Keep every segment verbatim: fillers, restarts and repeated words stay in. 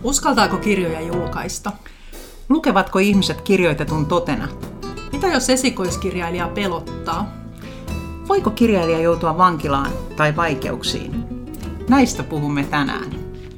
Uskaltaako kirjoja julkaista? Lukevatko ihmiset kirjoitetun totena? Mitä jos esikoiskirjailija pelottaa? Voiko kirjailija joutua vankilaan tai vaikeuksiin? Näistä puhumme tänään.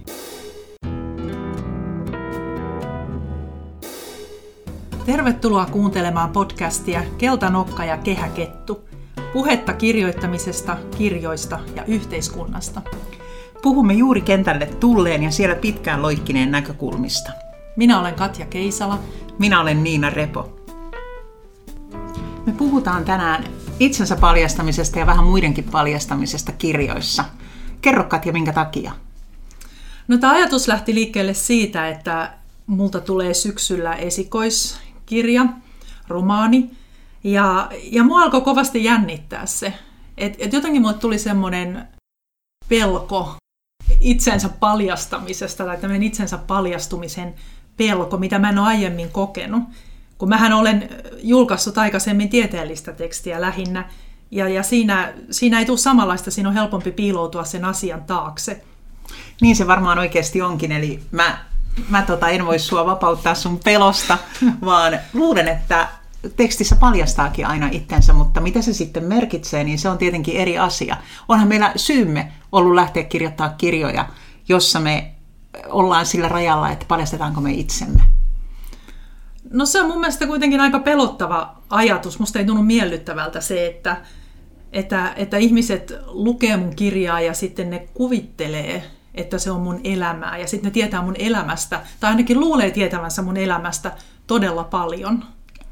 Tervetuloa kuuntelemaan podcastia Keltanokka ja Kehäkettu. Puhetta kirjoittamisesta, kirjoista ja yhteiskunnasta. Puhumme juuri kentälle tulleen ja siellä pitkään loikkineen näkökulmista. Minä olen Katja Keisala. Minä olen Niina Repo. Me puhutaan tänään itsensä paljastamisesta ja vähän muidenkin paljastamisesta kirjoissa. Kerro Katja, minkä takia? No, tämä ajatus lähti liikkeelle siitä, että multa tulee syksyllä esikoiskirja, romaani, ja, ja mua alkoi kovasti jännittää se. Et, et jotenkin mulle tuli semmoinen pelko itsensä paljastamisesta tai tämmöinen itsensä paljastumisen pelko, mitä mä en ole aiemmin kokenut. Kun mähän olen julkaissut aikaisemmin tieteellistä tekstiä lähinnä, ja, ja siinä, siinä ei tule samanlaista, siinä on helpompi piiloutua sen asian taakse. Niin se varmaan oikeasti onkin, eli mä, mä tota, en voi sua vapauttaa sun pelosta, vaan luulen, että tekstissä paljastaakin aina itsensä, mutta mitä se sitten merkitsee, niin se on tietenkin eri asia. Onhan meillä syymme ollut lähteä kirjoittaa kirjoja, jossa me ollaan sillä rajalla, että paljastetaanko me itsemme. No se on mun mielestä kuitenkin aika pelottava ajatus. Musta ei tunnu miellyttävältä se, että, että, että ihmiset lukee mun kirjaa ja sitten ne kuvittelee, että se on mun elämää. Ja sitten ne tietää mun elämästä, tai ainakin luulee tietävänsä mun elämästä todella paljon.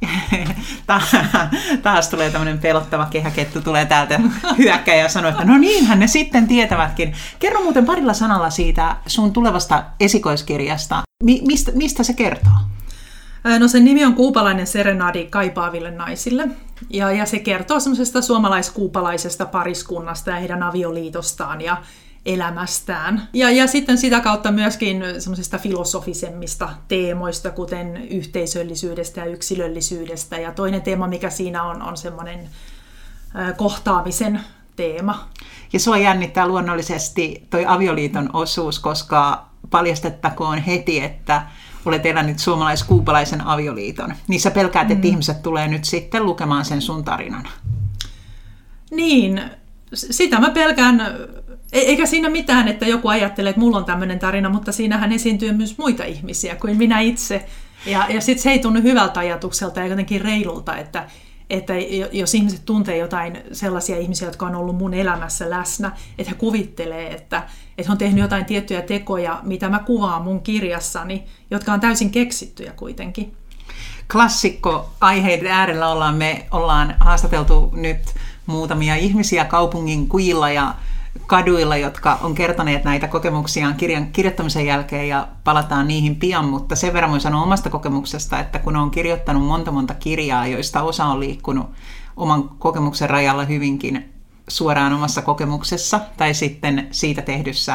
Taas tulee tämmöinen pelottava kehäkettu, tulee täältä hyökkää ja sanoo, että no niinhän ne sitten tietävätkin. Kerro muuten parilla sanalla siitä sun tulevasta esikoiskirjasta. Mi- mistä, mistä se kertoo? No sen nimi on Kuupalainen serenadi kaipaaville naisille. Ja, ja se kertoo semmoisesta suomalaiskuupalaisesta pariskunnasta ja heidän avioliitostaan ja elämästään. Ja, ja sitten sitä kautta myöskin semmoisista filosofisemmista teemoista, kuten yhteisöllisyydestä ja yksilöllisyydestä. Ja toinen teema, mikä siinä on, on semmoinen äh, kohtaamisen teema. Ja sua jännittää luonnollisesti toi avioliiton osuus, koska paljastettakoon heti, että olet elänyt suomalais-kuupalaisen avioliiton. Niin sä pelkäät, mm. että ihmiset tulee nyt sitten lukemaan sen sun tarinan. Niin, sitä mä pelkään. Eikä siinä mitään, että joku ajattelee, että mulla on tämmöinen tarina, mutta siinähän esiintyy myös muita ihmisiä kuin minä itse. Ja, ja sitten se ei tunnu hyvältä ajatukselta ja jotenkin reilulta, että, että jos ihmiset tuntee jotain sellaisia ihmisiä, jotka on ollut mun elämässä läsnä, että he kuvittelee, että, että he on tehnyt jotain tiettyjä tekoja, mitä mä kuvaan mun kirjassani, jotka on täysin keksittyjä kuitenkin. Klassikko-aiheiden äärellä ollaan, me ollaan haastateltu nyt muutamia ihmisiä kaupungin kujilla ja kaduilla, jotka on kertoneet näitä kokemuksiaan kirjan kirjoittamisen jälkeen ja palataan niihin pian, mutta sen verran voin sanoa omasta kokemuksesta, että kun olen kirjoittanut monta monta kirjaa, joista osa on liikkunut oman kokemuksen rajalla hyvinkin suoraan omassa kokemuksessa tai sitten siitä tehdyssä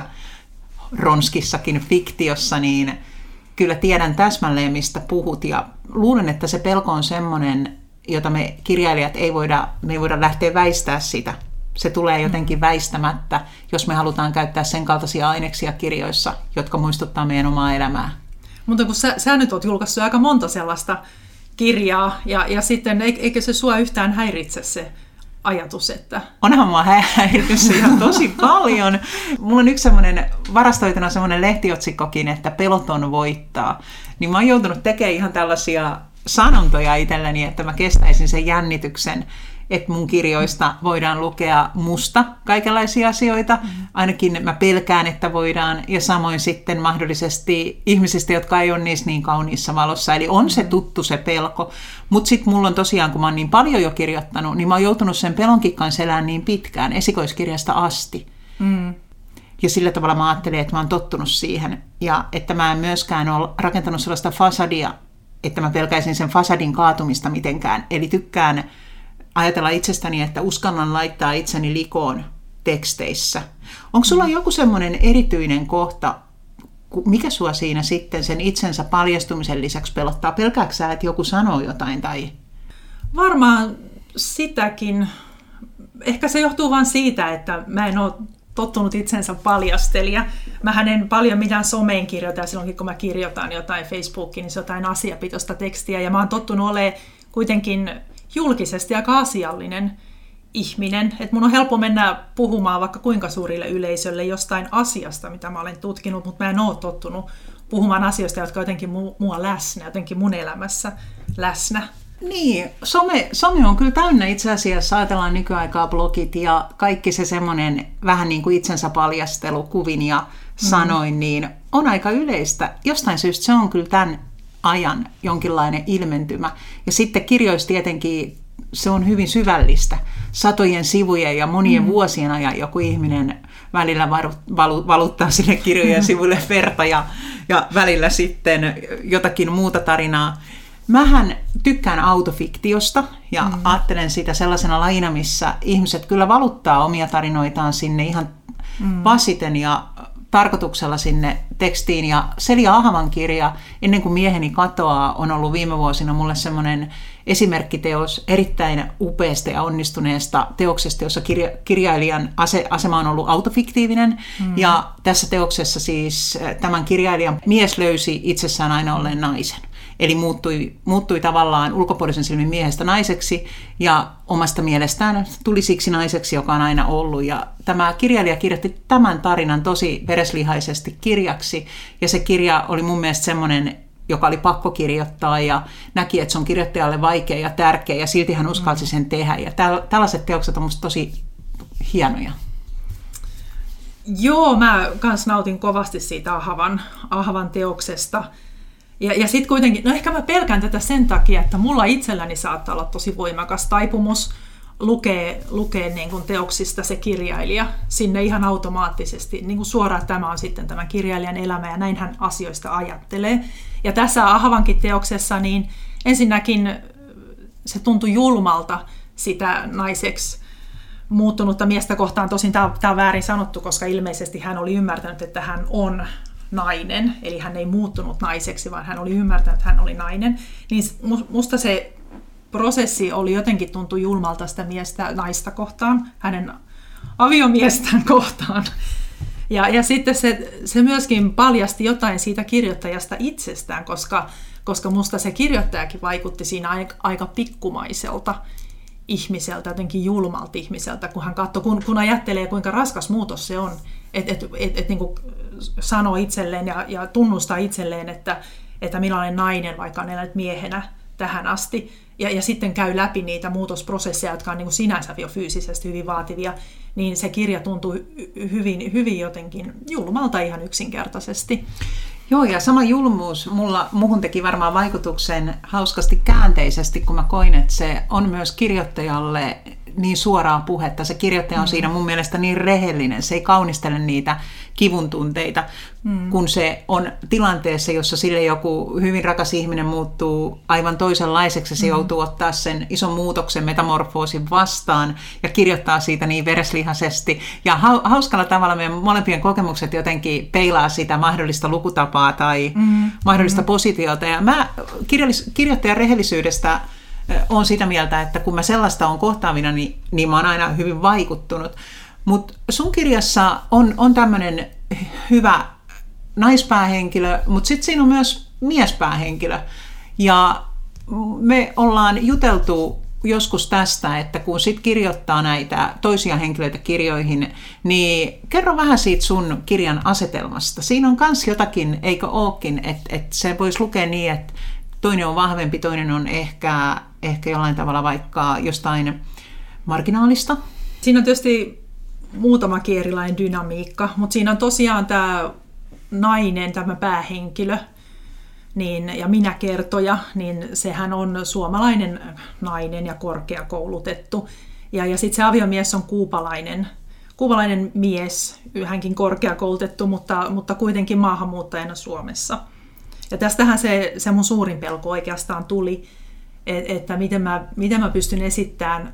ronskissakin fiktiossa, niin kyllä tiedän täsmälleen, mistä puhut ja luulen, että se pelko on semmoinen, jota me kirjailijat ei voida, me ei voida lähteä väistää sitä. Se tulee jotenkin väistämättä, jos me halutaan käyttää sen kaltaisia aineksia kirjoissa, jotka muistuttaa meidän omaa elämää. Mutta kun sä, sä nyt oot julkaissut aika monta sellaista kirjaa, ja, ja sitten eikö se sua yhtään häiritse se ajatus, että... Onhan mua häiritty se ihan tosi paljon. Mulla on yksi semmoinen varastoituna semmoinen lehtiotsikkokin, että peloton voittaa. Niin mä oon joutunut tekemään ihan tällaisia sanontoja itselleni, että mä kestäisin sen jännityksen, että mun kirjoista voidaan lukea musta kaikenlaisia asioita. Ainakin mä pelkään, että voidaan. Ja samoin sitten mahdollisesti ihmisistä, jotka ei ole niissä niin kauniissa valossa. Eli on se tuttu se pelko. Mutta sitten mulla on tosiaan, kun mä oon niin paljon jo kirjoittanut, niin mä oon joutunut sen pelonkin kanssa elämään niin pitkään, esikoiskirjasta asti. Mm. Ja sillä tavalla mä ajattelin, että mä oon tottunut siihen. Ja että mä en myöskään ole rakentanut sellaista fasadia, että mä pelkäisin sen fasadin kaatumista mitenkään. Eli tykkään ajatella itsestäni, että uskallan laittaa itseni likoon teksteissä. Onko sulla joku semmoinen erityinen kohta, mikä sua siinä sitten sen itsensä paljastumisen lisäksi pelottaa? Pelkääkö sä, että joku sanoo jotain? Tai... Varmaan sitäkin. Ehkä se johtuu vain siitä, että mä en ole tottunut itsensä paljastelija. Mähän en paljon mitään someen kirjoita, ja silloinkin kun mä kirjoitan jotain Facebookiin, niin se on jotain asiapitoista tekstiä, ja mä oon tottunut olemaan kuitenkin julkisesti aika asiallinen ihminen. Että mun on helppo mennä puhumaan vaikka kuinka suurille yleisölle jostain asiasta, mitä mä olen tutkinut, mutta mä en ole tottunut puhumaan asioista, jotka on jotenkin mua läsnä, jotenkin mun elämässä läsnä. Niin, some, some on kyllä täynnä itse asiassa, ajatellaan nykyaikaa blogit ja kaikki se semmoinen vähän niin kuin itsensä paljastelu kuvin ja sanoin, mm. niin on aika yleistä. Jostain syystä se on kyllä tämän ajan jonkinlainen ilmentymä. Ja sitten kirjoissa tietenkin se on hyvin syvällistä. Satojen sivujen ja monien mm. vuosien ajan joku ihminen välillä varu, valu, valuttaa sinne kirjojen sivuille verta ja, ja välillä sitten jotakin muuta tarinaa. Mähän tykkään autofiktiosta ja mm. ajattelen sitä sellaisena lajina, missä ihmiset kyllä valuttaa omia tarinoitaan sinne ihan mm. vasiten ja tarkoituksella sinne tekstiin. Ja Selja Ahavan kirja, Ennen kuin mieheni katoaa, on ollut viime vuosina mulle semmoinen esimerkkiteos erittäin upeasta ja onnistuneesta teoksesta, jossa kirja, kirjailijan ase, asema on ollut autofiktiivinen. Mm. Ja tässä teoksessa siis tämän kirjailijan mies löysi itsessään aina olleen naisen. Eli muuttui, muuttui tavallaan ulkopuolisen silmin miehestä naiseksi ja omasta mielestään tuli siksi naiseksi, joka on aina ollut. Ja tämä kirjailija kirjoitti tämän tarinan tosi vereslihaisesti kirjaksi ja se kirja oli mun mielestä semmoinen, joka oli pakko kirjoittaa ja näki, että se on kirjoittajalle vaikea ja tärkeä ja silti hän uskalsi sen tehdä. Ja tällaiset teokset on musta tosi hienoja. Joo, mä kans nautin kovasti siitä Ahavan, Ahavan teoksesta. Ja, ja sitten kuitenkin, no ehkä mä pelkään tätä sen takia, että mulla itselläni saattaa olla tosi voimakas taipumus lukee, lukee niin kuin teoksista se kirjailija sinne ihan automaattisesti, niin kuin suoraan, että tämä on sitten tämän kirjailijan elämä ja näin hän asioista ajattelee. Ja tässä Ahavankin teoksessa niin ensinnäkin se tuntui julmalta sitä naiseksi muuttunutta miestä kohtaan. Tosin tämä on väärin sanottu, koska ilmeisesti hän oli ymmärtänyt, että hän on nainen, eli hän ei muuttunut naiseksi, vaan hän oli ymmärtänyt, että hän oli nainen. Niin musta se prosessi oli jotenkin tuntui julmalta sitä miestä naista kohtaan, hänen aviomiestään kohtaan. Ja, ja sitten se, se myöskin paljasti jotain siitä kirjoittajasta itsestään, koska, koska musta se kirjoittajakin vaikutti siinä aika, aika pikkumaiselta ihmiseltä, jotenkin julmalta ihmiseltä, kun hän katsoi, kun, kun ajattelee, kuinka raskas muutos se on, että et, et, et, niin kuin sanoo itselleen ja, ja tunnustaa itselleen, että, että minä olen nainen, vaikka olen elänyt miehenä tähän asti, ja, ja sitten käy läpi niitä muutosprosesseja, jotka on niin kuin sinänsä jo fyysisesti hyvin vaativia, niin se kirja tuntuu hyvin, hyvin jotenkin julmalta ihan yksinkertaisesti. Joo, ja sama julmuus mulla, muhun teki varmaan vaikutuksen hauskasti käänteisesti, kun mä koin, että se on myös kirjoittajalle niin suoraa puhetta. Se kirjoittaja on mm. siinä mun mielestä niin rehellinen, se ei kaunistele niitä kivun tunteita, mm. kun se on tilanteessa, jossa sille joku hyvin rakas ihminen muuttuu aivan toisenlaiseksi, se mm. joutuu ottaa sen ison muutoksen, metamorfoosin vastaan ja kirjoittaa siitä niin vereslihaisesti. Ja hauskalla tavalla meidän molempien kokemukset jotenkin peilaa sitä mahdollista lukutapaa tai mm. mahdollista mm. positiota. Ja mä kirjallis- kirjoittajan rehellisyydestä olen sitä mieltä, että kun mä sellaista on kohtaavina, niin, niin mä oon aina hyvin vaikuttunut. Mutta sun kirjassa on, on tämmöinen hyvä naispäähenkilö, mutta sitten siinä on myös miespäähenkilö. Ja me ollaan juteltu joskus tästä, että kun sit kirjoittaa näitä toisia henkilöitä kirjoihin, niin kerro vähän siitä sun kirjan asetelmasta. Siinä on myös jotakin, eikö ookin, että, että se voisi lukea niin, että toinen on vahvempi, toinen on ehkä, ehkä jollain tavalla vaikka jostain marginaalista. Siinä on tietysti muutamakin erilainen dynamiikka, mutta siinä on tosiaan tämä nainen, tämä päähenkilö niin, ja minäkertoja, niin sehän on suomalainen nainen ja korkeakoulutettu. Ja, ja sitten se aviomies on kuupalainen, kuupalainen mies, hänkin korkeakoulutettu, mutta, mutta kuitenkin maahanmuuttajana Suomessa. Ja tästähän se, se mun suurin pelko oikeastaan tuli, että miten mä, miten mä pystyn esittämään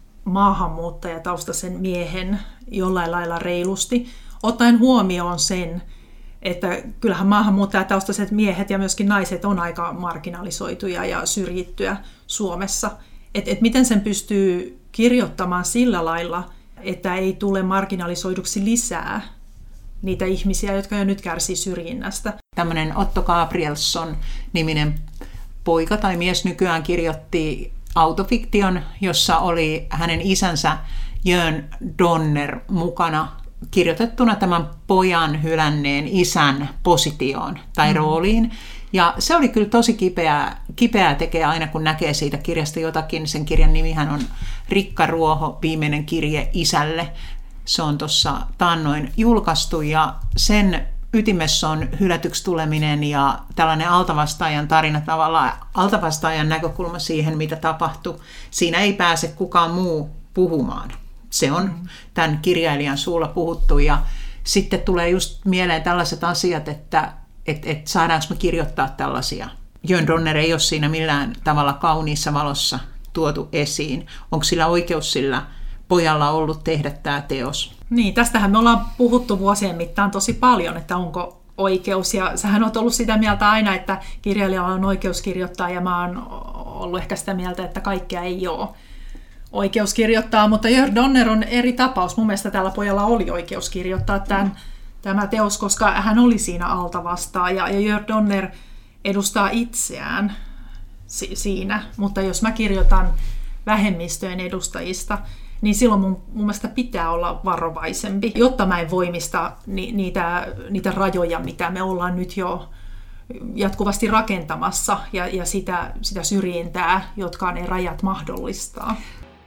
maahanmuuttajataustaisen miehen jollain lailla reilusti, ottaen huomioon sen, että kyllähän maahanmuuttajataustaiset miehet ja myöskin naiset on aika marginalisoituja ja syrjittyjä Suomessa. Että et miten sen pystyy kirjoittamaan sillä lailla, että ei tule marginalisoiduksi lisää niitä ihmisiä, jotka jo nyt kärsii syrjinnästä. Tämmöinen Otto Gabrielsson-niminen poika tai mies nykyään kirjoitti autofiktion, jossa oli hänen isänsä Jörn Donner mukana kirjoitettuna tämän pojan hylänneen isän positioon tai mm. rooliin. Ja se oli kyllä tosi kipeää, kipeää tekee aina, kun näkee siitä kirjasta jotakin. Sen kirjan nimihän on Rikka Ruoho, viimeinen kirje isälle. Se on tuossa taannoin julkaistu ja sen ytimessä on hylätyksi tuleminen ja tällainen altavastaajan tarina, tavallaan altavastaajan näkökulma siihen, mitä tapahtui. Siinä ei pääse kukaan muu puhumaan. Se on mm-hmm. tämän kirjailijan suulla puhuttu ja sitten tulee just mieleen tällaiset asiat, että et, et saadaanko me kirjoittaa tällaisia. Jörn Donner ei ole siinä millään tavalla kauniissa valossa tuotu esiin. Onko sillä oikeus sillä pojalla ollut tehdä tämä teos? Niin, tästähän me ollaan puhuttu vuosien mittaan tosi paljon, että onko oikeus. Ja sähän oot ollut sitä mieltä aina, että kirjailijalla on oikeus kirjoittaa, ja mä oon ollut ehkä sitä mieltä, että kaikkea ei ole oikeus kirjoittaa. Mutta Jörn Donner on eri tapaus. Mun mielestä tällä pojalla oli oikeus kirjoittaa tämän, tämä teos, koska hän oli siinä altavastaaja. Ja Jörn Donner edustaa itseään si- siinä, mutta jos mä kirjoitan vähemmistöjen edustajista, niin silloin mun, mun mielestä pitää olla varovaisempi, jotta mä en voimista ni, niitä, niitä rajoja, mitä me ollaan nyt jo jatkuvasti rakentamassa, ja, ja sitä, sitä syrjintää, jotka ne rajat mahdollistaa.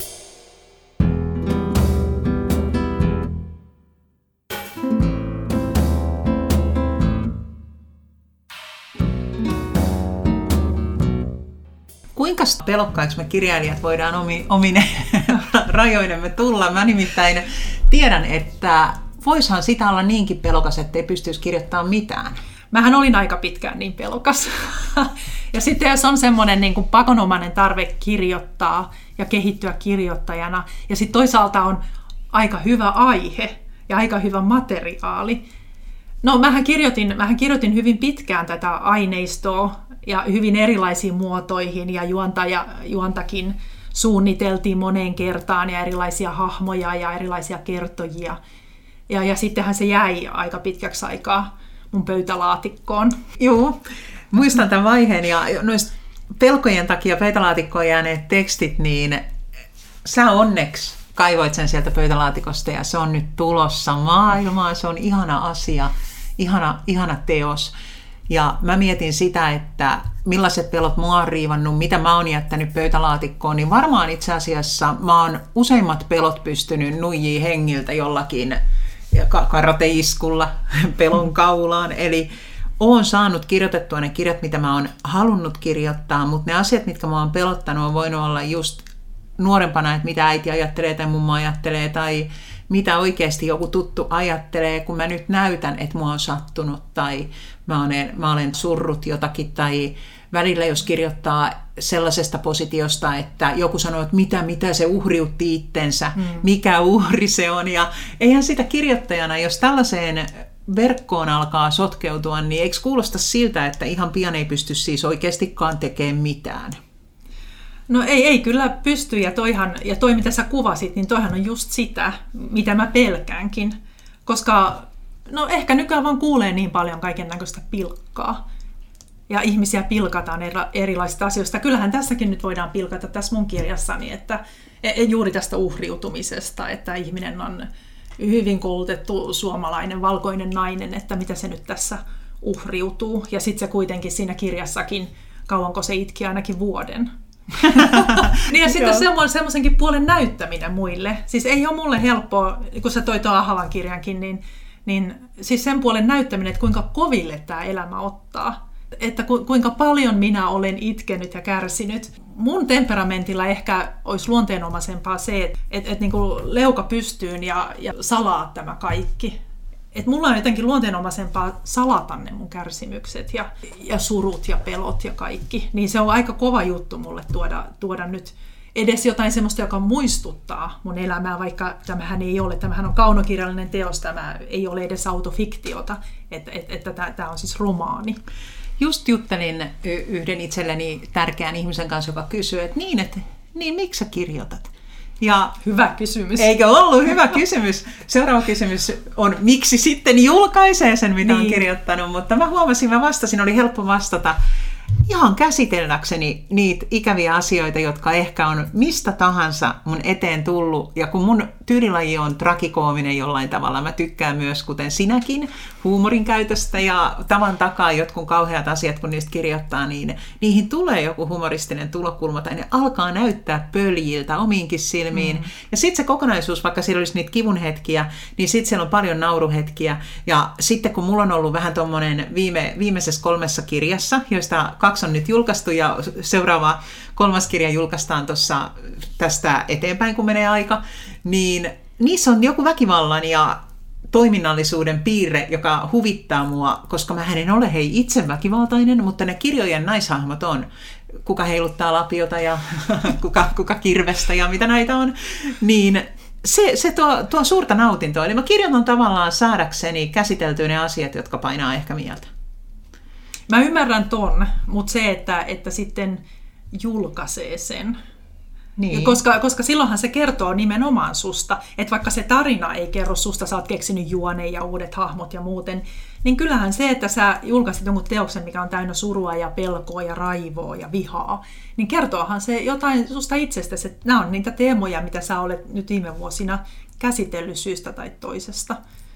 Kuinka pelokkaiksi me kirjailijat voidaan omi, omine rajoinemme tulla? Mä nimittäin tiedän, että voishan sitä olla niinkin pelokas, ettei pystyisi kirjoittamaan mitään. Mähän olin aika pitkään niin pelokas. Ja sitten jos on semmoinen niin kuin pakonomainen tarve kirjoittaa ja kehittyä kirjoittajana, ja sitten toisaalta on aika hyvä aihe ja aika hyvä materiaali. No mähän kirjoitin, mähän kirjoitin hyvin pitkään tätä aineistoa, ja hyvin erilaisiin muotoihin, ja juonta ja juontakin suunniteltiin moneen kertaan, ja erilaisia hahmoja ja erilaisia kertojia. Ja, ja sittenhän se jäi aika pitkäksi aikaa mun pöytälaatikkoon. Joo, muistan tämän vaiheen, ja noista pelkojen takia pöytälaatikkoon jääneet tekstit, niin sä onneksi kaivoit sen sieltä pöytälaatikosta, ja se on nyt tulossa maailmaan, se on ihana asia, ihana, ihana teos. Ja mä mietin sitä, että millaiset pelot mua on riivannut, mitä mä oon jättänyt pöytälaatikkoon, niin varmaan itse asiassa mä oon useimmat pelot pystynyt nuijii hengiltä jollakin karateiskulla pelon kaulaan. Eli oon saanut kirjoitettua ne kirjat, mitä mä oon halunnut kirjoittaa, mutta ne asiat, mitkä mä oon pelottanut, on voinut olla just nuorempana, että mitä äiti ajattelee tai mummo ajattelee tai mitä oikeasti joku tuttu ajattelee, kun mä nyt näytän, että mua on sattunut tai mä olen, mä olen surrut jotakin tai välillä jos kirjoittaa sellaisesta positiosta, että joku sanoo, että mitä, mitä se uhriutti itsensä, mm. mikä uhri se on ja eihän sitä kirjoittajana, jos tällaiseen verkkoon alkaa sotkeutua, niin eikö kuulosta siltä, että ihan pian ei pysty siis oikeastikaan tekemään mitään? No ei, ei kyllä pysty, ja, toihan, ja toi mitä sä kuvasit, niin toihan on just sitä, mitä mä pelkäänkin. Koska no ehkä nykyään vaan kuulee niin paljon kaiken näköistä pilkkaa. Ja ihmisiä pilkataan erilaisista asioista. Kyllähän tässäkin nyt voidaan pilkata tässä mun kirjassani, että juuri tästä uhriutumisesta, että ihminen on hyvin koulutettu suomalainen valkoinen nainen, että mitä se nyt tässä uhriutuu. Ja sitten se kuitenkin siinä kirjassakin, kauanko se itki, ainakin vuoden. Niin ja sitten semmoisenkin puolen näyttäminen muille. Siis ei ole mulle helppoa, kun sä toi tuon Ahavan kirjankin, niin, niin siis sen puolen näyttäminen, että kuinka koville tämä elämä ottaa. Että ku, kuinka paljon minä olen itkenyt ja kärsinyt. Mun temperamentilla ehkä olisi luonteenomaisempaa se, että et, et niinku leuka pystyyn ja, ja salaa tämä kaikki. Et mulla on jotenkin luonteenomaisempaa salata ne mun kärsimykset ja, ja surut ja pelot ja kaikki. Niin se on aika kova juttu mulle tuoda, tuoda nyt edes jotain semmoista, joka muistuttaa mun elämää, vaikka tämähän ei ole. Tämähän on kaunokirjallinen teos, tämä ei ole edes autofiktiota, että et, et, et, tämä on siis romaani. Just juttelin yhden itselleni tärkeän ihmisen kanssa, joka kysyi, että niin, että niin, miksi sä kirjoitat? Ja hyvä kysymys. Eikö ollut hyvä kysymys? Seuraava kysymys on, miksi sitten julkaisee sen, mitä niin. on kirjoittanut, mutta mä huomasin, mä vastasin, oli helppo vastata ihan käsitelläkseni niitä ikäviä asioita, jotka ehkä on mistä tahansa mun eteen tullut. Ja kun mun tyylilaji on trakikoominen jollain tavalla, mä tykkään myös, kuten sinäkin, huumorin käytöstä ja tavan takaa jotkut kauheat asiat, kun niistä kirjoittaa, niin niihin tulee joku humoristinen tulokulma tai ne alkaa näyttää pöljiltä omiinkin silmiin. Mm. Ja sitten se kokonaisuus, vaikka siellä olisi niitä kivun hetkiä, niin sitten siellä on paljon nauruhetkiä. Ja sitten kun mulla on ollut vähän tommonen viime, viimeisessä kolmessa kirjassa, joista kaksi on nyt julkaistu ja seuraava kolmas kirja julkaistaan tuossa tästä eteenpäin, kun menee aika, niin niissä on joku väkivallan ja toiminnallisuuden piirre, joka huvittaa mua, koska mä en ole hei itse väkivaltainen, mutta ne kirjojen naishahmot on. Kuka heiluttaa lapiota ja kuka, kuka kirvestä ja mitä näitä on, niin se, se tuo, tuo suurta nautintoa. Eli mä kirjoitan tavallaan saadakseni käsiteltyä ne asiat, jotka painaa ehkä mieltä. Mä ymmärrän ton, mutta se, että, että sitten julkaisee sen. Niin. Koska, koska silloinhan se kertoo nimenomaan susta, että vaikka se tarina ei kerro susta, sä oot keksinyt juoneen ja uudet hahmot ja muuten, niin kyllähän se, että sä julkaisit jonkun teoksen, mikä on täynnä surua ja pelkoa ja raivoa ja vihaa, niin kertoohan se jotain susta itsestäsi, että nämä on niitä teemoja, mitä sä olet nyt viime vuosina käsitellyt syystä tai toisesta.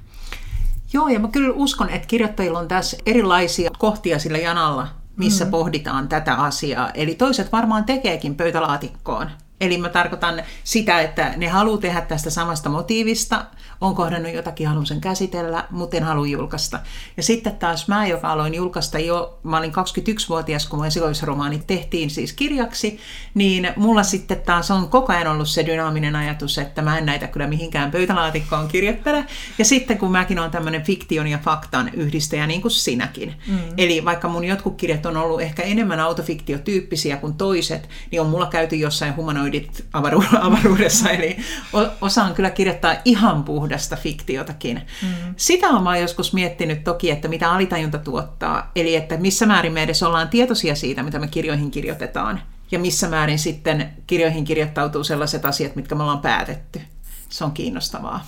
Joo, ja mä kyllä uskon, että kirjoittajilla on tässä erilaisia kohtia sillä janalla, missä mm. pohditaan tätä asiaa. Eli toiset varmaan tekeekin pöytälaatikkoon. Eli mä tarkoitan sitä, että ne haluaa tehdä tästä samasta motiivista, on kohdannut jotakin, haluan sen käsitellä, mutta en halua julkaista. Ja sitten taas mä, joka aloin julkaista jo, mä olin kaksikymmentäyksivuotias, kun mun esikoisromaanit tehtiin siis kirjaksi, niin mulla sitten taas on koko ajan ollut se dynaaminen ajatus, että mä en näitä kyllä mihinkään pöytälaatikkoon kirjoittele. Ja sitten kun mäkin olen tämmöinen fiktion ja faktan yhdistäjä, niin kuin sinäkin. Mm. Eli vaikka mun jotkut kirjat on ollut ehkä enemmän autofiktiotyyppisiä kuin toiset, niin on mulla käyty jossain humanoidit avaruudessa, eli osaan kyllä kirjoittaa ihan puhdasta fiktiotakin. Mm. Sitä olen mä joskus miettinyt toki, että mitä alitajunta tuottaa, eli että missä määrin me edes ollaan tietoisia siitä, mitä me kirjoihin kirjoitetaan, ja missä määrin sitten kirjoihin kirjoittautuu sellaiset asiat, mitkä me ollaan päätetty. Se on kiinnostavaa.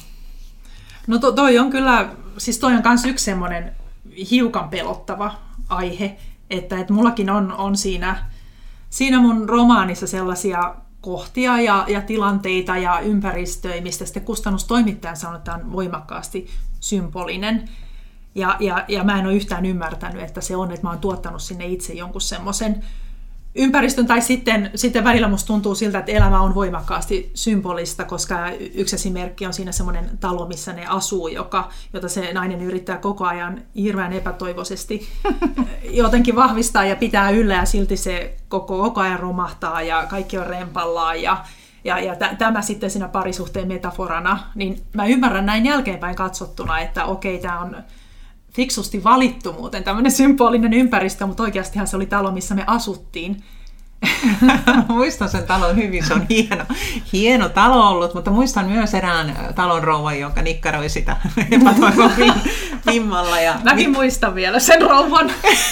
No to, toi on kyllä, siis toi on myös yksi semmoinen hiukan pelottava aihe, että, että mullakin on, on siinä, siinä mun romaanissa sellaisia kohtia ja, ja tilanteita ja ympäristöjä, mistä sitten kustannustoimittajan sanoo, että on voimakkaasti symbolinen. Ja, ja, ja mä en ole yhtään ymmärtänyt, että se on, että mä oon tuottanut sinne itse jonkun semmoisen ympäristön, tai sitten, sitten välillä musta tuntuu siltä, että elämä on voimakkaasti symbolista, koska yksi esimerkki on siinä semmoinen talo, missä ne asuu, joka, jota se nainen yrittää koko ajan hirveän epätoivoisesti jotenkin vahvistaa ja pitää yllä, ja silti se koko, koko ajan romahtaa ja kaikki on rempallaan. Ja, ja, ja t- tämä sitten siinä parisuhteen metaforana, niin mä ymmärrän näin jälkeenpäin katsottuna, että okei, tämä on fiksusti valittu muuten, tämmöinen symbolinen ympäristö, mutta oikeastihan se oli talo, missä me asuttiin. Muistan sen talon hyvin, se on hieno, hieno talo ollut, mutta muistan myös erään talon rouvan, joka nikkaroi sitä epätoivon vimmalla. Ja mäkin mit... muistan vielä sen rouvan.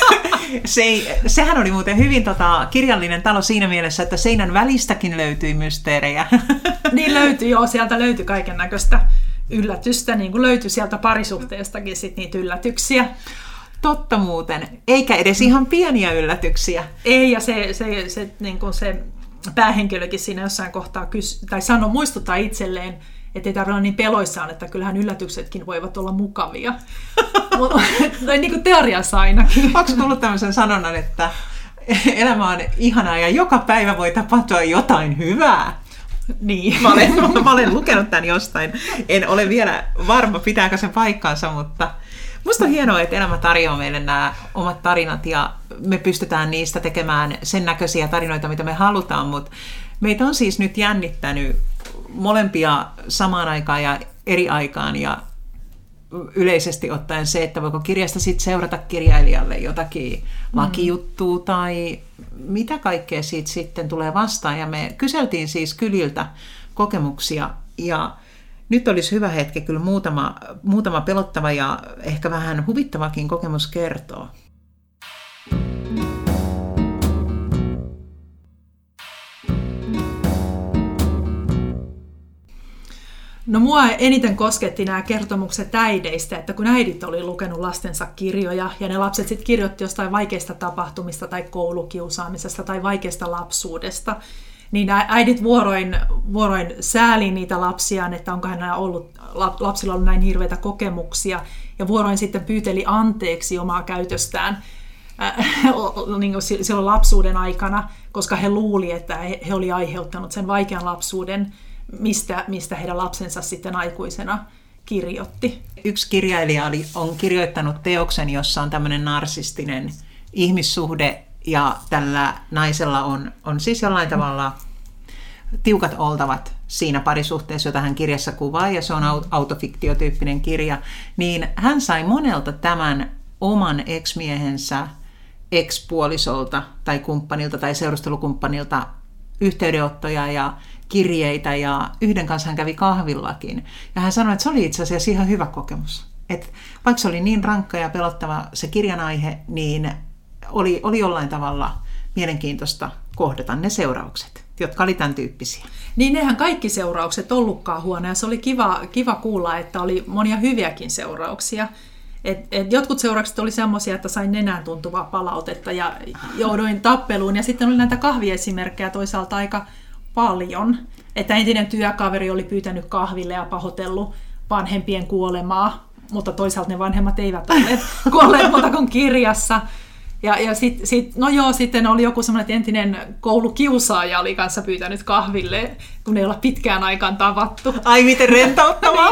Se, sehän oli muuten hyvin tota, kirjallinen talo siinä mielessä, että seinän välistäkin löytyi mysteerejä. Niin löytyi, joo, sieltä löytyi kaiken näköistä yllätystä, niin kuin löytyi sieltä parisuhteestakin sit niitä yllätyksiä. Totta muuten, eikä edes ihan pieniä yllätyksiä. Ei, ja se, se, se, niin kuin se päähenkilökin siinä jossain kohtaa kys- tai sano, muistuttaa itselleen, että ei tarvitse olla niin peloissaan, että kyllähän yllätyksetkin voivat olla mukavia. Tai niin kuin teoriassa ainakin. Onko tullut tämmöisen sanonnan, että elämä on ihanaa ja joka päivä voi tapahtua jotain hyvää? Niin. Mä olen, mä olen lukenut tämän jostain. En ole vielä varma, pitääkö se paikkaansa, mutta musta on hienoa, että elämä tarjoaa meille nämä omat tarinat ja me pystytään niistä tekemään sen näköisiä tarinoita, mitä me halutaan, mutta meitä on siis nyt jännittänyt molempia samaan aikaan ja eri aikaan ja yleisesti ottaen se, että voiko kirjasta sitten seurata kirjailijalle jotakin lakijuttua tai mitä kaikkea siitä sitten tulee vastaan. Ja me kyseltiin siis kyliltä kokemuksia ja nyt olisi hyvä hetki kyllä muutama, muutama pelottava ja ehkä vähän huvittavakin kokemus kertoo. No mua eniten kosketti nämä kertomukset äideistä, että kun äidit oli lukenut lastensa kirjoja ja ne lapset sitten kirjoitti jostain vaikeista tapahtumista tai koulukiusaamisesta tai vaikeasta lapsuudesta, niin äidit vuoroin, vuoroin sääli niitä lapsiaan, että onko hänellä ollut, lapsilla ollut näin hirveitä kokemuksia, ja vuoroin sitten pyyteli anteeksi omaa käytöstään äh, niin kuin silloin lapsuuden aikana, koska he luuli, että he, he oli aiheuttanut sen vaikean lapsuuden, mistä, mistä heidän lapsensa sitten aikuisena kirjoitti. Yksi kirjailija oli, on kirjoittanut teoksen, jossa on tämmöinen narsistinen ihmissuhde, ja tällä naisella on, on siis jollain tavalla tiukat oltavat siinä parisuhteessa, jota hän kirjassa kuvaa, ja se on autofiktiotyyppinen kirja, niin hän sai monelta tämän oman ex-miehensä ex-puolisolta tai kumppanilta tai seurustelukumppanilta yhteydenottoja ja kirjeitä, ja yhden kanssa hän kävi kahvillakin. Ja hän sanoi, että se oli itse asiassa ihan hyvä kokemus. Että vaikka se oli niin rankka ja pelottava se kirjan aihe, niin oli, oli jollain tavalla mielenkiintoista kohdata ne seuraukset, jotka oli tämän tyyppisiä. Niin eihän kaikki seuraukset ollutkaan huonoja. Se oli kiva, kiva kuulla, että oli monia hyviäkin seurauksia. Et, et jotkut seuraukset oli semmoisia, että sain nenään tuntuvaa palautetta ja jouduin tappeluun. Ja sitten oli näitä kahviesimerkkejä toisaalta aika paljon. Että entinen työkaveri oli pyytänyt kahville ja pahoitellut vanhempien kuolemaa, mutta toisaalta ne vanhemmat eivät olleet kuolleet muuta kuin kirjassa. Ja, ja sitten sit, no joo, sitten oli joku semmoinen, että entinen koulukiusaaja oli kanssa pyytänyt kahville, kun ei olla pitkään aikaan tavattu. Ai miten rentouttavaa.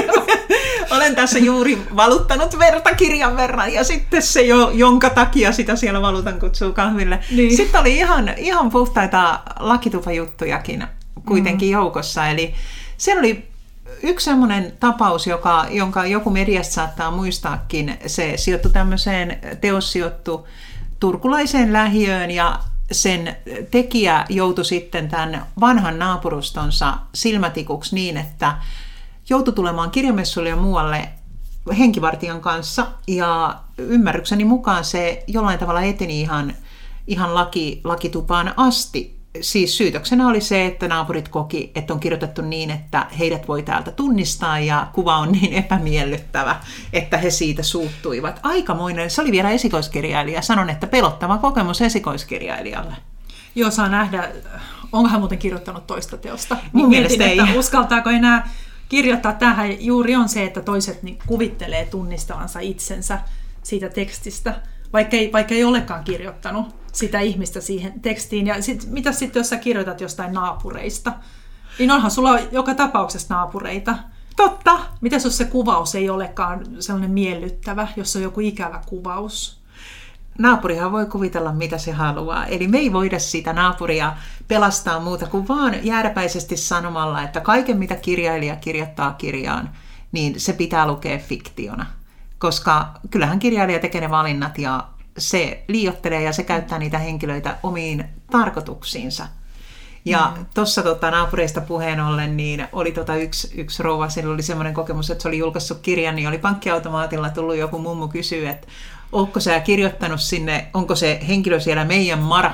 Olen tässä juuri valuttanut verta kirjan verran, ja sitten se, jo, jonka takia sitä siellä valutan, kutsuu kahville. Niin. Sitten oli ihan, ihan puhtaita lakitupajuttujakin kuitenkin mm. joukossa. Eli siellä oli yksi semmoinen tapaus, joka, jonka joku mediasta saattaa muistaakin, se sijoittui tämmöiseen, teos sijoittui turkulaiseen lähiöön, ja sen tekijä joutui sitten tämän vanhan naapurustonsa silmätikuksi niin, että joutui tulemaan kirjamessuille ja muualle henkivartijan kanssa, ja ymmärrykseni mukaan se jollain tavalla eteni ihan, ihan laki, lakitupaan asti. Siis syytöksenä oli se, että naapurit koki, että on kirjoitettu niin, että heidät voi täältä tunnistaa, ja kuva on niin epämiellyttävä, että he siitä suuttuivat. Aikamoinen, se oli vielä esikoiskirjailija. Sanon, että pelottava kokemus esikoiskirjailijalle. Joo, saa nähdä. Onko hän muuten kirjoittanut toista teosta? Mun mielestä ei. Että uskaltaako enää kirjoittaa. Tähän juuri on se, että toiset niin kuvittelee tunnistavansa itsensä siitä tekstistä, vaikka ei, vaikka ei olekaan kirjoittanut sitä ihmistä siihen tekstiin. Ja sit, mitä sitten, jos sä kirjoitat jostain naapureista? Niin onhan sulla joka tapauksessa naapureita. Totta. Mitäs jos se kuvaus ei olekaan sellainen miellyttävä, jos on joku ikävä kuvaus? Naapurihan voi kuvitella, mitä se haluaa. Eli me ei voida sitä naapuria pelastaa muuta kuin vaan jääräpäisesti sanomalla, että kaiken mitä kirjailija kirjoittaa kirjaan, niin se pitää lukea fiktiona. Koska kyllähän kirjailija tekee ne valinnat, ja se liioittelee ja se käyttää niitä henkilöitä omiin tarkoituksiinsa. Ja mm. tuossa tota, naapureista puheen ollen, niin oli tota yksi, yksi rouva, sillä oli semmoinen kokemus, että se oli julkaissut kirjan, niin oli pankkiautomaatilla tullut joku mummu kysyä, että ootko sä kirjoittanut sinne, onko se henkilö siellä meidän Mara?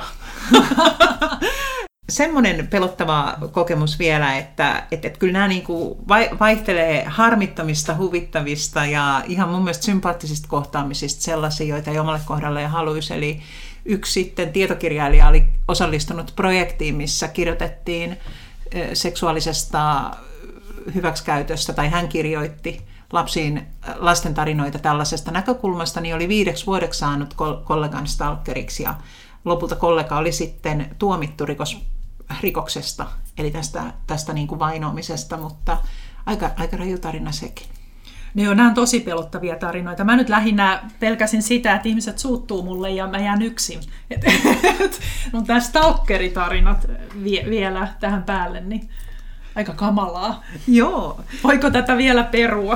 Semmoinen pelottava kokemus vielä, että, että, että kyllä nämä niin kuin vaihtelee harmittomista, huvittavista ja ihan mun mielestä sympaattisista kohtaamisista sellaisia, joita ei omalle kohdalle haluaisi. Eli yksi sitten tietokirjailija oli osallistunut projektiin, missä kirjoitettiin seksuaalisesta hyväksikäytöstä, tai hän kirjoitti lapsiin lasten tarinoita tällaisesta näkökulmasta, niin oli viideksi vuodeksi saanut kollegan stalkeriksi, ja lopulta kollega oli sitten tuomittu rikos, rikoksesta, eli tästä, tästä niin kuin vainoamisesta, mutta aika, aika raju tarina sekin. Ne on, nämä on tosi pelottavia tarinoita. Mä nyt lähinnä pelkäsin sitä, että ihmiset suuttuu mulle ja mä jään yksin. Et, et, no tämä stalkeritarinat vie, vielä tähän päälle, niin aika kamalaa. Joo. Voiko tätä vielä perua?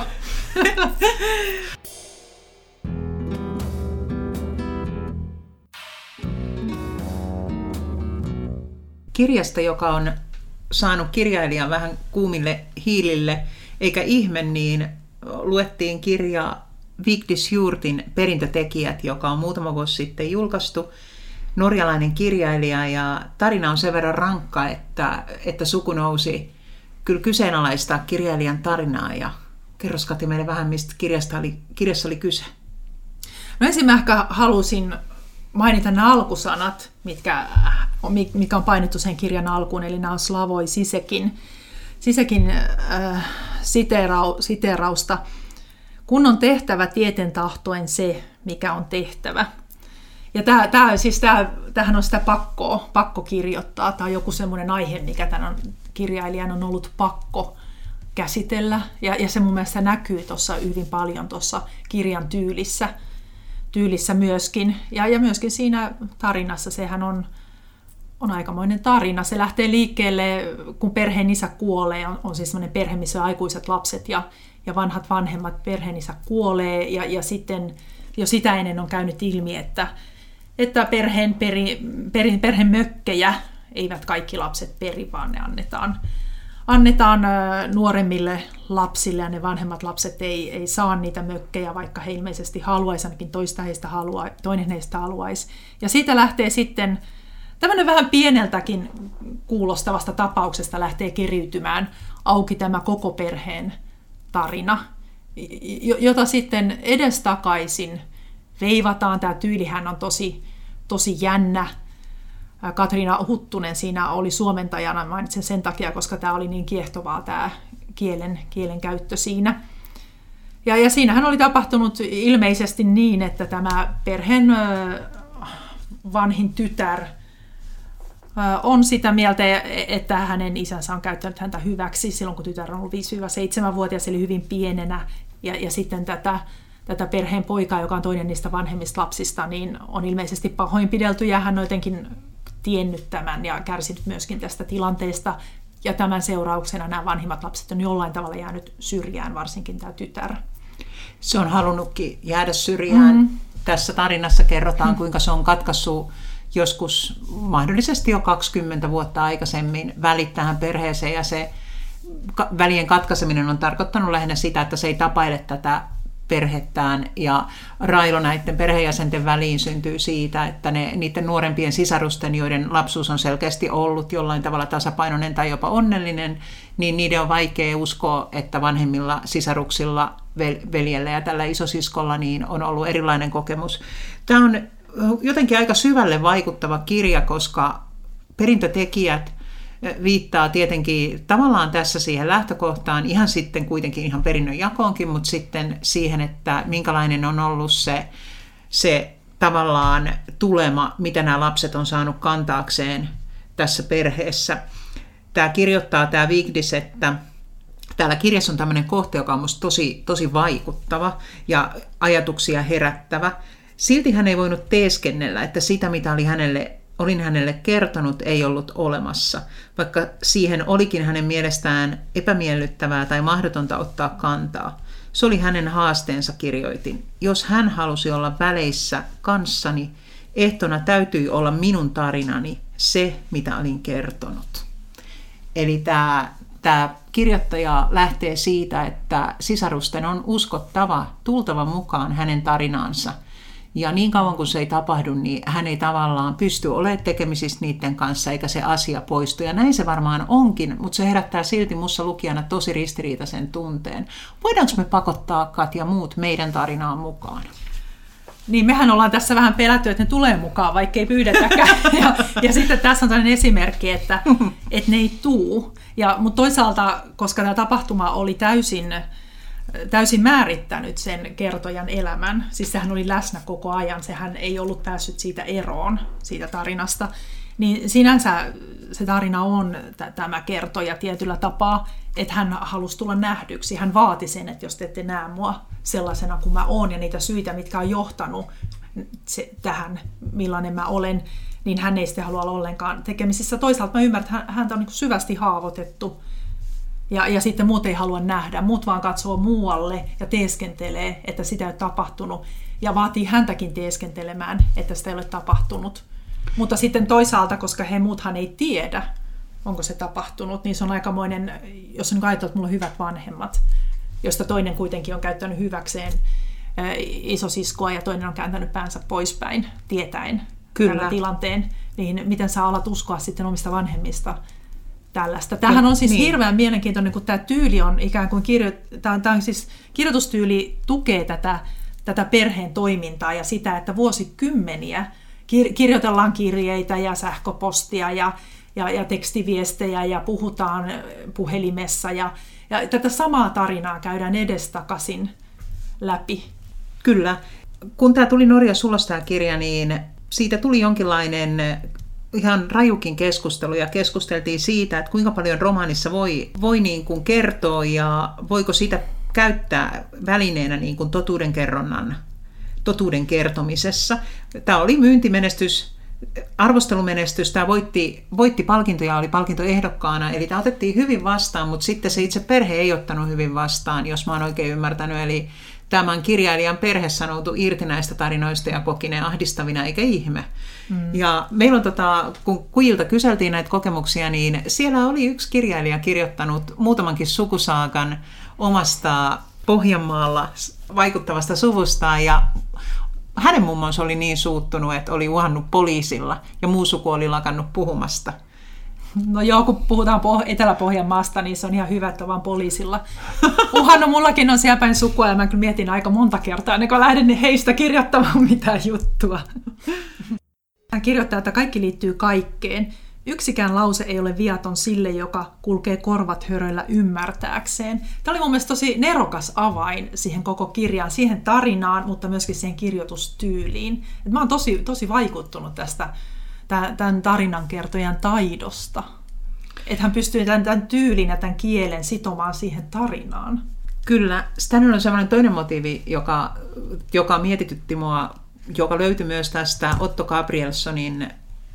Kirjasta, joka on saanut kirjailijan vähän kuumille hiilille, eikä ihme, niin luettiin kirja Vigdis Hjortin Perintötekijät, joka on muutama vuosi sitten julkaistu. Norjalainen kirjailija, ja tarina on sen verran rankka, että, että suku nousi kyllä kyseenalaistaa kirjailijan tarinaa ja kerros Kati meille vähän, mistä kirjasta oli, kirjassa oli kyse. No ensin mä ehkä halusin mainita nämä alkusanat, mitkä, mikä on painettu sen kirjan alkuun, eli nämä on Slavoj Žižekin, Žižekin äh, siteerau, siteerausta. Kun on tehtävä tieten tahtoen se, mikä on tehtävä. Ja tämä, tämä, siis tämä, tämähän on sitä pakkoa, pakko kirjoittaa. Tämä on joku semmoinen aihe, mikä tämän kirjailijan on ollut pakko käsitellä. Ja, ja se mun mielestä näkyy tuossa hyvin paljon tuossa kirjan tyylissä, tyylissä myöskin. Ja, ja myöskin siinä tarinassa, sehän on, on aikamoinen tarina. Se lähtee liikkeelle, kun perheen isä kuolee. On, on siis semmoinen perhe, missä on aikuiset lapset ja, ja vanhat vanhemmat. Perheen isä kuolee ja, ja sitten jo sitä ennen on käynyt ilmi, että, että perheen, peri, peri, perheen mökkejä eivät kaikki lapset peri, vaan ne annetaan, annetaan nuoremmille lapsille ja ne vanhemmat lapset ei, ei saa niitä mökkejä, vaikka he ilmeisesti haluaisi, ainakin toista heistä halua, toinen heistä haluaisi. Ja siitä lähtee sitten tämmöinen vähän pieneltäkin kuulostavasta tapauksesta lähtee keriytymään auki tämä koko perheen tarina, jota sitten edestakaisin veivataan. Tämä tyylihän on tosi, tosi jännä. Katriina Huttunen siinä oli suomentajana, mainitsen sen takia, koska tämä oli niin kiehtovaa tämä kielen, kielen käyttö siinä. Ja, ja siinähän oli tapahtunut ilmeisesti niin, että tämä perheen vanhin tytär on sitä mieltä, että hänen isänsä on käyttänyt häntä hyväksi silloin, kun tytär on ollut viisi seitsemän-vuotias, eli hyvin pienenä. Ja, ja sitten tätä, tätä perheen poikaa, joka on toinen niistä vanhemmista lapsista, niin on ilmeisesti pahoinpidelty ja hän on jotenkin tiennyt tämän ja kärsinyt myöskin tästä tilanteesta. Ja tämän seurauksena nämä vanhimmat lapset on jollain tavalla jäänyt syrjään, varsinkin tämä tytär. Se on halunnutkin jäädä syrjään. Mm. Tässä tarinassa kerrotaan, mm. kuinka se on katkaissut joskus mahdollisesti jo kaksikymmentä vuotta aikaisemmin välit tähän perheeseen, ja se välien katkaiseminen on tarkoittanut lähinnä sitä, että se ei tapaile tätä perhettään, ja railo näiden perheenjäsenten väliin syntyy siitä, että ne, niiden nuorempien sisarusten, joiden lapsuus on selkeästi ollut jollain tavalla tasapainoinen tai jopa onnellinen, niin niiden on vaikea uskoa, että vanhemmilla sisaruksilla, veljellä ja tällä isosiskolla niin on ollut erilainen kokemus. Tämä on jotenkin aika syvälle vaikuttava kirja, koska perintötekijät viittaa tietenkin tavallaan tässä siihen lähtökohtaan, ihan sitten kuitenkin ihan perinnön jakoonkin, mutta sitten siihen, että minkälainen on ollut se, se tavallaan tulema, mitä nämä lapset on saanut kantaakseen tässä perheessä. Tämä kirjoittaa tämä Vigdis, että täällä kirjassa on tämmöinen kohta, joka on musta tosi, tosi vaikuttava ja ajatuksia herättävä. Silti hän ei voinut teeskennellä, että sitä, mitä oli hänelle, olin hänelle kertonut, ei ollut olemassa, vaikka siihen olikin hänen mielestään epämiellyttävää tai mahdotonta ottaa kantaa. Se oli hänen haasteensa, kirjoitin. Jos hän halusi olla väleissä kanssani, ehtona täytyi olla minun tarinani, se, mitä olin kertonut. Eli tämä, tämä kirjoittaja lähtee siitä, että sisarusten on uskottava, tultava mukaan hänen tarinaansa. Ja niin kauan kuin se ei tapahdu, niin hän ei tavallaan pysty olemaan tekemisissä niiden kanssa, eikä se asia poistu. Ja näin se varmaan onkin, mutta se herättää silti mussa lukijana tosi ristiriitaisen tunteen. Voidaanko me pakottaa Katja muut meidän tarinaan mukaan? Niin, mehän ollaan tässä vähän pelätty, että ne tulee mukaan, vaikka ei pyydetäkään. Ja, ja sitten tässä on tällainen esimerkki, että, että ne ei tuu. Ja, mutta toisaalta, koska tämä tapahtuma oli täysin... täysin määrittänyt sen kertojan elämän. Siis sehän oli läsnä koko ajan, sehän ei ollut päässyt siitä eroon, siitä tarinasta. Niin sinänsä se tarina on t- tämä kertoja tietyllä tapaa, että hän halusi tulla nähdyksi. Hän vaati sen, että jos te ette näe mua sellaisena kuin mä oon ja niitä syitä, mitkä on johtanut se, tähän, millainen mä olen, niin hän ei sitten halua olla ollenkaan tekemisissä. Toisaalta mä ymmärrän, että häntä on niin kuin syvästi haavoitettu. Ja, ja sitten muut ei halua nähdä, muut vaan katsoo muualle ja teeskentelee, että sitä ei ole tapahtunut. Ja vaatii häntäkin teeskentelemään, että sitä ei ole tapahtunut. Mutta sitten toisaalta, koska he muuthan ei tiedä, onko se tapahtunut, niin se on aikamoinen, jos on ajatellut, että mulla on hyvät vanhemmat, josta toinen kuitenkin on käyttänyt hyväkseen isosiskoa ja toinen on kääntänyt päänsä poispäin, tietäen Kyllä. tämän tilanteen, niin miten saa alat uskoa sitten omista vanhemmista tällaista. Tämähän on siis niin. hirveän mielenkiintoinen, kun tämä tyyli on ikään kuin kirjo... tämä, tämä on siis kirjoitustyyli tukee tätä, tätä perheen toimintaa ja sitä, että vuosikymmeniä kir- kirjoitellaan kirjeitä ja sähköpostia ja, ja, ja tekstiviestejä ja puhutaan puhelimessa ja, ja tätä samaa tarinaa käydään edestakaisin läpi. Kyllä. Kun tämä tuli Norjassa ulos tämä kirja, niin siitä tuli jonkinlainen ihan rajukin keskustelu ja keskusteltiin siitä, että kuinka paljon romaanissa voi, voi niin kuin kertoa ja voiko sitä käyttää välineenä niin kuin totuudenkerronnan, totuuden kertomisessa. Tämä oli myyntimenestys, arvostelumenestys, tämä voitti, voitti palkintoja, oli palkintoehdokkaana, eli tämä otettiin hyvin vastaan, mutta sitten se itse perhe ei ottanut hyvin vastaan, jos mä oon oikein ymmärtänyt, eli tämän kirjailijan perhe sanoutui irti näistä tarinoista ja koki ne ahdistavina, eikä ihme. Mm. Ja meillä on, tota, kun Kujilta kyseltiin näitä kokemuksia, niin siellä oli yksi kirjailija kirjoittanut muutamankin sukusaakan omasta Pohjanmaalla vaikuttavasta suvustaan, ja hänen mummonsa oli niin suuttunut, että oli uhannut poliisilla, ja muu suku oli lakannut puhumasta. No joo, kun puhutaan Etelä-Pohjanmaasta, niin se on ihan hyvä, että on vaan poliisilla. Uhannut, mullakin on siellä päin sukua, ja mä kyllä mietin aika monta kertaa, ennen kuin lähden heistä kirjoittamaan mitään juttua. Hän kirjoittaa, että kaikki liittyy kaikkeen. Yksikään lause ei ole viaton sille, joka kulkee korvat höröillä ymmärtääkseen. Tämä oli mun mielestä tosi nerokas avain siihen koko kirjaan, siihen tarinaan, mutta myöskin siihen kirjoitustyyliin. Et mä oon tosi, tosi vaikuttunut tästä tämän tarinankertojan taidosta. Että hän pystyy tämän, tämän tyylin ja tämän kielen sitomaan siihen tarinaan. Kyllä. Sitten on sellainen toinen motiivi, joka, joka mietitytti mua, joka löytyi myös tästä Otto Gabrielssonin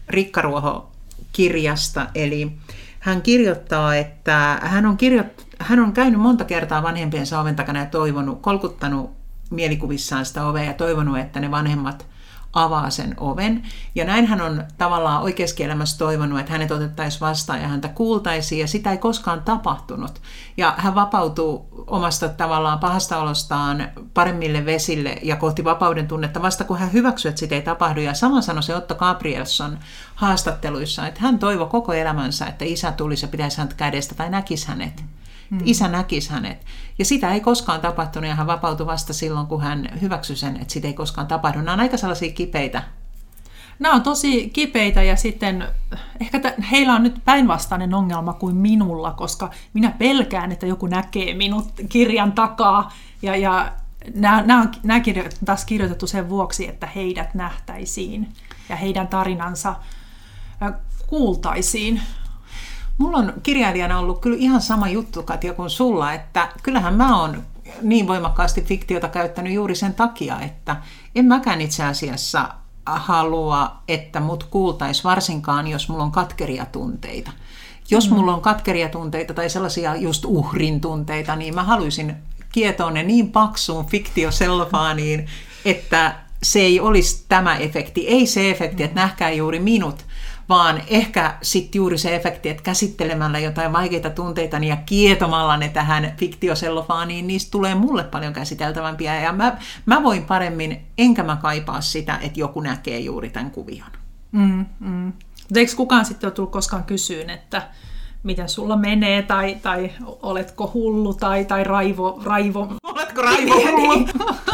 Rikkaruoho-kirjasta. Eli hän kirjoittaa, että hän on, kirjoitt- hän on käynyt monta kertaa vanhempiensa oven takana ja toivonut, kolkuttanut mielikuvissaan sitä ovea ja toivonut, että ne vanhemmat avaa sen oven. Ja näin hän on tavallaan oikeassa elämässä toivonut, että hänet otettaisiin vastaan ja häntä kuultaisiin, ja sitä ei koskaan tapahtunut. Ja hän vapautuu omasta tavallaan pahasta olostaan paremmille vesille ja kohti vapauden tunnetta vasta, kun hän hyväksyy, että sitä ei tapahdu. Ja sama sanoi se Otto Gabrielsson haastatteluissa, että hän toivoi koko elämänsä, että isä tulisi ja pitäisi häntä kädestä tai näkisi hänet. Hmm. Isä näkisi hänet. Ja sitä ei koskaan tapahtunut, ja hän vapautui vasta silloin, kun hän hyväksyi sen, että sitä ei koskaan tapahdu. Nämä on aika sellaisia kipeitä. Nämä on tosi kipeitä, ja sitten ehkä t- heillä on nyt päinvastainen ongelma kuin minulla, koska minä pelkään, että joku näkee minut kirjan takaa, ja, ja nämä, nämä on nämä kirjo- taas kirjoitettu sen vuoksi, että heidät nähtäisiin, ja heidän tarinansa kuultaisiin. Mulla on kirjailijana ollut kyllä ihan sama juttu, Katja, kuin sulla, että kyllähän mä oon niin voimakkaasti fiktiota käyttänyt juuri sen takia, että en mäkään itse asiassa halua, että mut kuultaisi, varsinkaan jos mulla on katkeria tunteita. Jos mm. mulla on katkeria tunteita tai sellaisia just uhrin tunteita, niin mä haluaisin kietoa ne niin paksuun fiktiosellofaaniin, että se ei olisi tämä efekti, ei se efekti, että nähkää juuri minut, vaan ehkä sitten juuri se efekti, että käsittelemällä jotain vaikeita tunteita ja kietomalla ne tähän fiktiosellofaaniin, niistä tulee mulle paljon käsiteltävämpiä. Ja mä, mä voin paremmin, enkä mä kaipaa sitä, että joku näkee juuri tämän kuvion. Mm, mm. Eikö kukaan sitten ole tullut koskaan kysyyn, että miten sulla menee, tai, tai oletko hullu, tai, tai raivo, raivo. Oletko raivo hullu?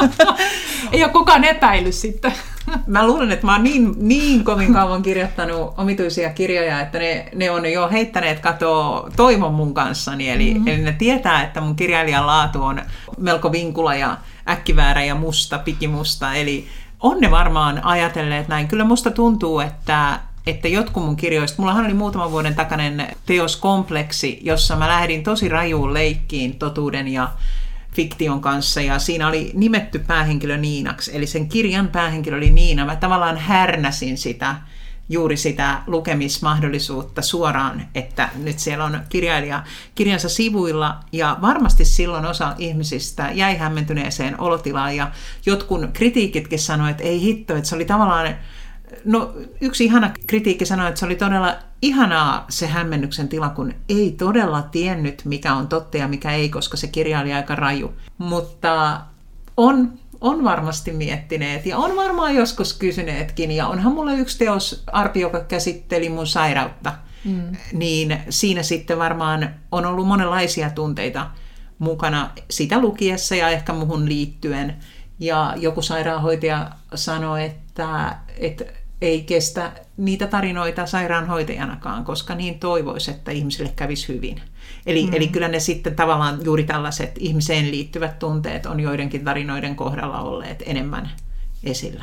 Ei ole kukaan epäillyt sitten. Mä luulen, että mä oon niin, niin kovin kauan kirjoittanut omituisia kirjoja, että ne, ne on jo heittäneet katoa toivon mun kanssani. Eli, mm-hmm. eli ne tietää, että mun kirjailijan laatu on melko vinkula ja äkkiväärä ja musta, pikimusta. Eli on ne varmaan ajatelleet näin. Kyllä musta tuntuu, että että jotkut mun kirjoista, mullahan oli muutaman vuoden takainen teos Kompleksi, jossa mä lähdin tosi rajuun leikkiin totuuden ja fiktion kanssa, ja siinä oli nimetty päähenkilö Niinaksi, eli sen kirjan päähenkilö oli Niina. Mä tavallaan härnäsin sitä, juuri sitä lukemismahdollisuutta suoraan, että nyt siellä on kirjailija kirjansa sivuilla, ja varmasti silloin osa ihmisistä jäi hämmentyneeseen olotilaan, ja jotkut kritiikitkin sanoi, että ei hitto, että se oli tavallaan. No, yksi ihana kritiikki sanoi, että se oli todella ihanaa se hämmennyksen tila, kun ei todella tiennyt, mikä on totta ja mikä ei, koska se kirja oli aika raju. Mutta on, on varmasti miettineet ja on varmaan joskus kysyneetkin. Ja onhan mulla yksi teos, Arpi, joka käsitteli mun sairautta. mm. niin siinä sitten varmaan on ollut monenlaisia tunteita mukana sitä lukiessa ja ehkä muhun liittyen. Ja joku sairaanhoitaja sanoi, että, että ei kestä niitä tarinoita sairaanhoitajanakaan, koska niin toivoisi, että ihmisille kävisi hyvin. Eli, mm. eli kyllä ne sitten tavallaan juuri tällaiset ihmiseen liittyvät tunteet on joidenkin tarinoiden kohdalla olleet enemmän esillä.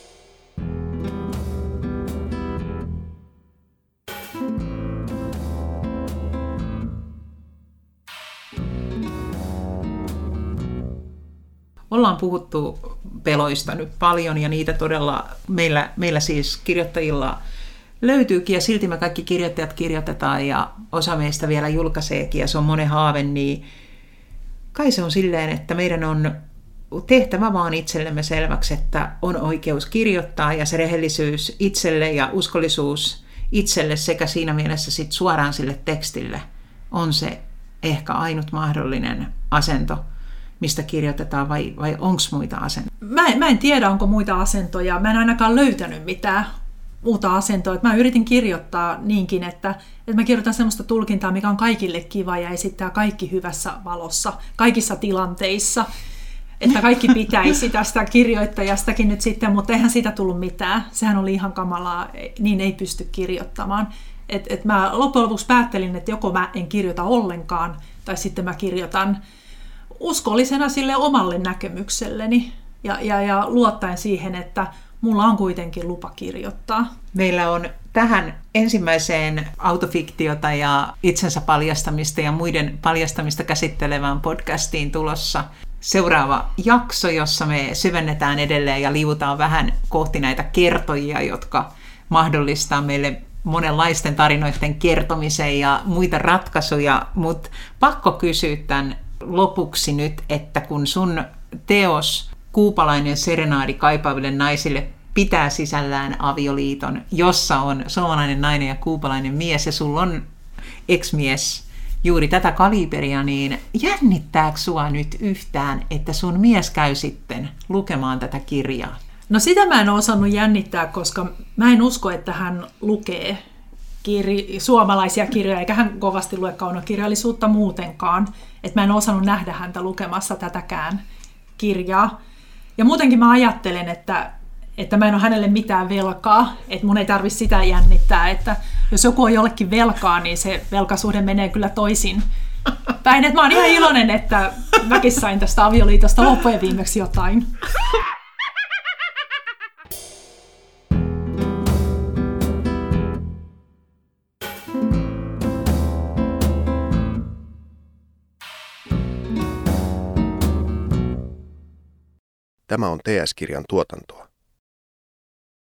Ollaan puhuttu peloista nyt paljon ja niitä todella meillä, meillä siis kirjoittajilla löytyykin ja silti me kaikki kirjoittajat kirjoitetaan ja osa meistä vielä julkaiseekin ja se on monen haave, niin kai se on silleen, että meidän on tehtävä vaan itsellemme selväksi, että on oikeus kirjoittaa ja se rehellisyys itselle ja uskollisuus itselle sekä siinä mielessä sit suoraan sille tekstille on se ehkä ainut mahdollinen asento, mistä kirjoitetaan, vai, vai onko muita asentoja? Mä en, mä en tiedä, onko muita asentoja. Mä en ainakaan löytänyt mitään muuta asentoa. Mä yritin kirjoittaa niinkin, että, että mä kirjoitan semmoista tulkintaa, mikä on kaikille kiva ja esittää kaikki hyvässä valossa, kaikissa tilanteissa. Että kaikki pitäisi tästä kirjoittajastakin nyt sitten, mutta eihän siitä tullut mitään. Sehän oli ihan kamalaa, niin ei pysty kirjoittamaan. Et, et mä loppujen lopuksi päättelin, että joko mä en kirjoita ollenkaan, tai sitten mä kirjoitan uskollisena sille omalle näkemykselleni ja, ja, ja luottaen siihen, että mulla on kuitenkin lupa kirjoittaa. Meillä on tähän ensimmäiseen autofiktiota ja itsensä paljastamista ja muiden paljastamista käsittelevään podcastiin tulossa seuraava jakso, jossa me syvennetään edelleen ja liuutaan vähän kohti näitä kertojia, jotka mahdollistaa meille monenlaisten tarinoiden kertomisen ja muita ratkaisuja, mutta pakko kysyä tämän lopuksi nyt, että kun sun teos Kuupalainen serenaadi kaipaaville naisille pitää sisällään avioliiton, jossa on suomalainen nainen ja kuupalainen mies ja sulla on ex-mies juuri tätä kaliberia, niin jännittääkö sua nyt yhtään, että sun mies käy sitten lukemaan tätä kirjaa? No sitä mä en osannut jännittää, koska mä en usko, että hän lukee kirj- suomalaisia kirjoja, eikä hän kovasti lue kaunokirjallisuutta muutenkaan. Että mä en osannut nähdä häntä lukemassa tätäkään kirjaa. Ja muutenkin mä ajattelen, että, että mä en ole hänelle mitään velkaa, että mun ei tarvitse sitä jännittää, että jos joku on jollekin velkaa, niin se velkasuhde menee kyllä toisin päin. Että mä oon ihan iloinen, että mäkin sain tästä avioliitosta loppujen viimeksi jotain. Tämä on T S-kirjan tuotantoa.